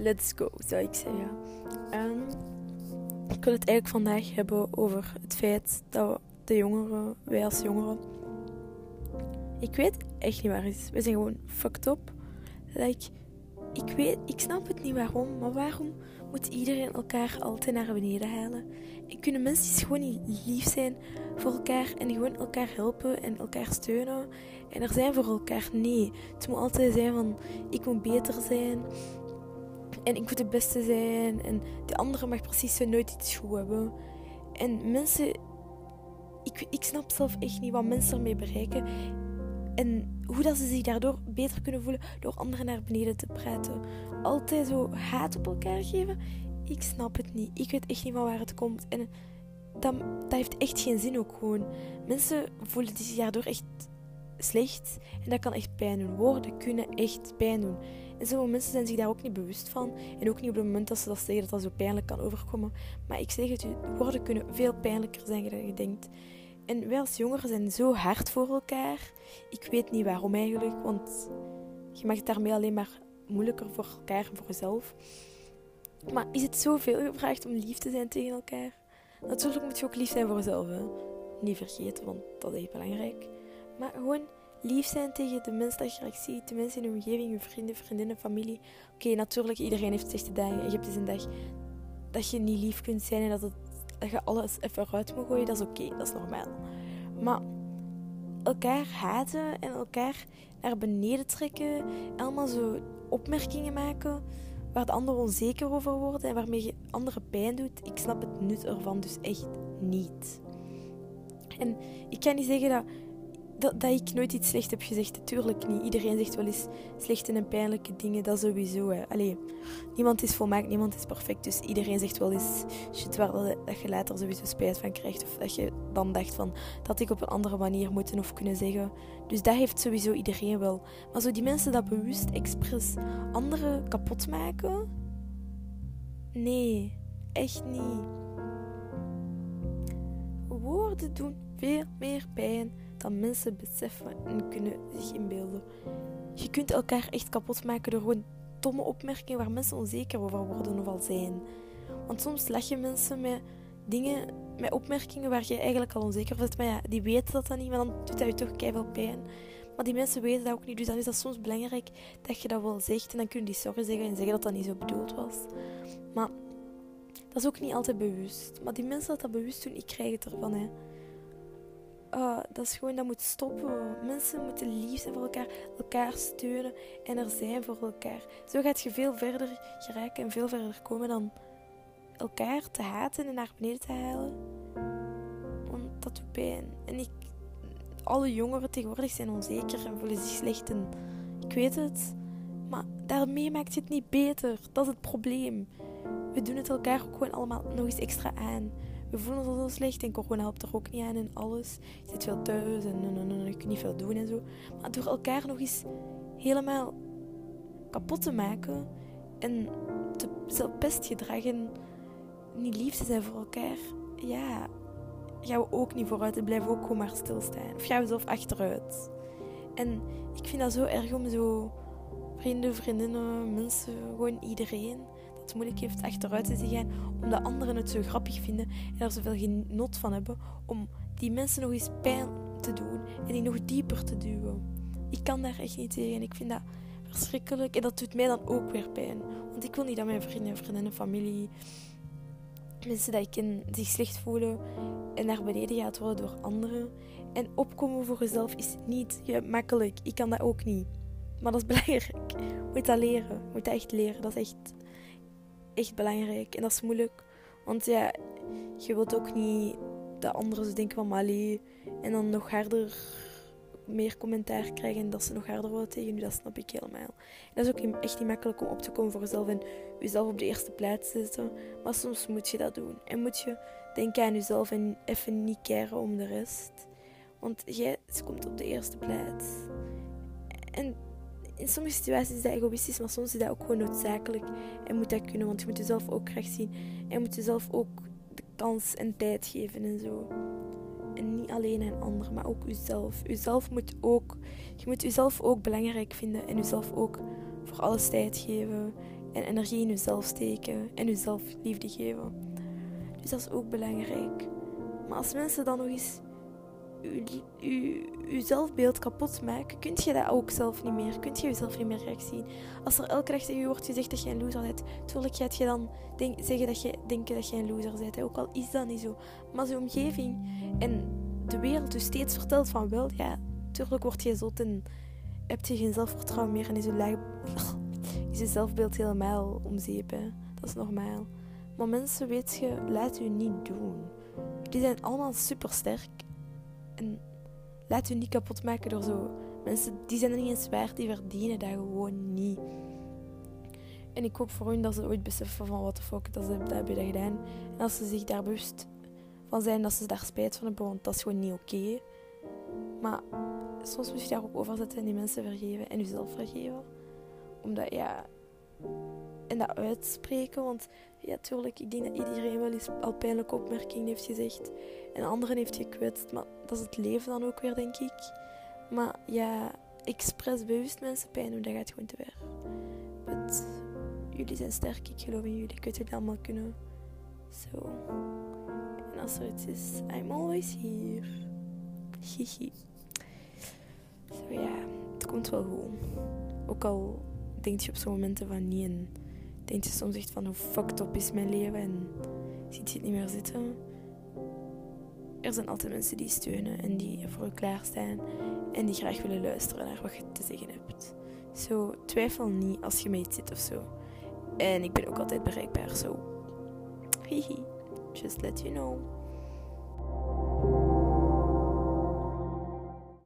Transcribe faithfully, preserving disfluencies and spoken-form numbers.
let's go, zou ik zeggen. Um, ik wil het eigenlijk vandaag hebben over het feit dat de jongeren, wij als jongeren, ik weet echt niet waar het is. We zijn gewoon fucked up. Like, ik weet, ik snap het niet waarom, maar waarom moet iedereen elkaar altijd naar beneden halen? En kunnen mensen gewoon niet lief zijn voor elkaar en gewoon elkaar helpen en elkaar steunen en er zijn voor elkaar? Nee, het moet altijd zijn van, ik moet beter zijn en ik moet de beste zijn en de andere mag precies zo nooit iets goed hebben. En mensen, ik, ik snap zelf echt niet wat mensen ermee bereiken. En hoe dat ze zich daardoor beter kunnen voelen door anderen naar beneden te praten. Altijd zo haat op elkaar geven. Ik snap het niet. Ik weet echt niet van waar het komt. En dat, dat heeft echt geen zin ook gewoon. Mensen voelen zich daardoor echt slecht. En dat kan echt pijn doen. Woorden kunnen echt pijn doen. En sommige mensen zijn zich daar ook niet bewust van. En ook niet op het moment dat ze dat zeggen dat dat zo pijnlijk kan overkomen. Maar ik zeg het u, woorden kunnen veel pijnlijker zijn dan je denkt. En wij als jongeren zijn zo hard voor elkaar. Ik weet niet waarom eigenlijk, want je maakt het daarmee alleen maar moeilijker voor elkaar en voor jezelf. Maar is het zoveel gevraagd om lief te zijn tegen elkaar? Natuurlijk moet je ook lief zijn voor jezelf, hè. Niet vergeten, want dat is echt belangrijk. Maar gewoon lief zijn tegen de mensen dat je graag ziet, de mensen in je omgeving, je vrienden, vriendinnen, familie. Oké, okay, natuurlijk, iedereen heeft slechte dagen. Je hebt dus een dag dat je niet lief kunt zijn en dat het dat je alles even eruit moet gooien, dat is oké, okay, dat is normaal. Maar elkaar haten en elkaar naar beneden trekken, en allemaal zo opmerkingen maken waar de ander onzeker over wordt en waarmee je anderen pijn doet, ik snap het nut ervan dus echt niet. En ik kan niet zeggen dat, dat, dat ik nooit iets slecht heb gezegd, natuurlijk niet. Iedereen zegt wel eens slechte en pijnlijke dingen, dat sowieso. Hè. Allee, niemand is volmaakt, niemand is perfect, dus iedereen zegt wel eens shit waar dat, dat je later sowieso spijt van krijgt, of dat je dan dacht van, dat ik op een andere manier moeten of kunnen zeggen. Dus dat heeft sowieso iedereen wel. Maar zo die mensen dat bewust, expres anderen kapot maken? Nee, echt niet. Woorden doen veel meer pijn dan mensen beseffen en kunnen zich inbeelden. Je kunt elkaar echt kapot maken door gewoon domme opmerkingen waar mensen onzeker over worden of al zijn. Want soms lach je mensen met dingen, met opmerkingen waar je eigenlijk al onzeker over bent. Maar ja, die weten dat dan niet, maar dan doet dat je toch keiveel pijn. Maar die mensen weten dat ook niet, dus dan is dat soms belangrijk dat je dat wel zegt. En dan kunnen die sorry zeggen en zeggen dat dat niet zo bedoeld was. Maar dat is ook niet altijd bewust. Maar die mensen dat dat bewust doen, ik krijg het ervan, hè. Uh, dat is gewoon, dat moet stoppen. Mensen moeten lief zijn voor elkaar, elkaar steunen en er zijn voor elkaar. Zo gaat je veel verder geraken en veel verder komen dan elkaar te haten en naar beneden te halen. Want dat doet pijn. En ik, alle jongeren tegenwoordig zijn onzeker en voelen zich slecht. En ik weet het, maar daarmee maakt je het niet beter. Dat is het probleem. We doen het elkaar ook gewoon allemaal nog eens extra aan. We voelen ons al zo slecht en corona helpt er ook niet aan en alles. Je zit veel thuis en, en, en, en je kunt niet veel doen en zo. Maar door elkaar nog eens helemaal kapot te maken en te zelfpest gedrag en niet lief te zijn voor elkaar, ja, gaan we ook niet vooruit en blijven we ook gewoon maar stilstaan. Of gaan we zelf achteruit. En ik vind dat zo erg om zo vrienden, vriendinnen, mensen, gewoon iedereen het moeilijk heeft achteruit te gaan, omdat anderen het zo grappig vinden en er zoveel genot van hebben om die mensen nog eens pijn te doen en die nog dieper te duwen. Ik kan daar echt niet tegen en ik vind dat verschrikkelijk en dat doet mij dan ook weer pijn. Want ik wil niet dat mijn vrienden, vriendinnen, familie, mensen die ik ken, zich slecht voelen en naar beneden gaat worden door anderen. En opkomen voor jezelf is niet gemakkelijk. Ik kan dat ook niet. Maar dat is belangrijk. Je moet dat leren. Je moet dat echt leren. Dat is echt... echt belangrijk. En dat is moeilijk. Want ja, je wilt ook niet dat anderen zo denken van Mali. En dan nog harder meer commentaar krijgen. En dat ze nog harder worden tegen u. Dat snap ik helemaal. En dat is ook echt niet makkelijk om op te komen voor jezelf. En jezelf op de eerste plaats te zetten. Maar soms moet je dat doen. En moet je denken aan jezelf. En even niet keren om de rest. Want jij komt op de eerste plaats. En in sommige situaties is dat egoïstisch, maar soms is dat ook gewoon noodzakelijk. En moet dat kunnen, want je moet jezelf ook graag zien. En je moet jezelf ook de kans en tijd geven en zo. En niet alleen aan anderen, maar ook jezelf. Jezelf moet ook... Je moet jezelf ook belangrijk vinden en jezelf ook voor alles tijd geven. En energie in jezelf steken. En jezelf liefde geven. Dus dat is ook belangrijk. Maar als mensen dan nog eens je zelfbeeld kapot maken, kun je dat ook zelf niet meer. Kun je jezelf niet meer recht zien. Als er elke dag tegen je wordt gezegd dat je een loser bent, tuurlijk gaat je dan denk, zeggen dat je denkt dat je een loser bent. Hè. Ook al is dat niet zo. Maar zijn omgeving en de wereld je steeds vertelt van wel, ja, tuurlijk word je zot en heb je geen zelfvertrouwen meer en is je, laag, is je zelfbeeld helemaal om zeep. Hè. Dat is normaal. Maar mensen, weet je, laat u niet doen. Die zijn allemaal supersterk. En laat u niet kapot maken door zo. Mensen, die zijn er niet eens waard, die verdienen dat gewoon niet. En ik hoop voor hun dat ze ooit beseffen van wat de fuck dat ze dat hebben dat gedaan. En als ze zich daar bewust van zijn, dat ze daar spijt van hebben, want dat is gewoon niet oké. Okay. Maar soms moet je daar ook over zetten en die mensen vergeven en jezelf vergeven. Omdat ja... En dat uitspreken, want ja, tuurlijk, ik denk dat iedereen wel eens al pijnlijke opmerkingen heeft gezegd. En anderen heeft gekwetst, maar dat is het leven dan ook weer, denk ik. Maar ja, expres bewust mensen pijn doen, dat gaat gewoon te ver. But, jullie zijn sterk, ik geloof in jullie, ik weet jullie allemaal kunnen. Zo. So. En als er iets is, I'm always here. Hihi. Zo so, ja, het komt wel goed. Ook al denk je op zo'n momenten van niet en denk je soms echt van hoe fucked up is mijn leven en ziet je het niet meer zitten. Er zijn altijd mensen die steunen en die voor je klaarstaan en die graag willen luisteren naar wat je te zeggen hebt. Zo, twijfel niet als je mee iets zit of zo. En ik ben ook altijd bereikbaar, zo. Hihi, just let you know.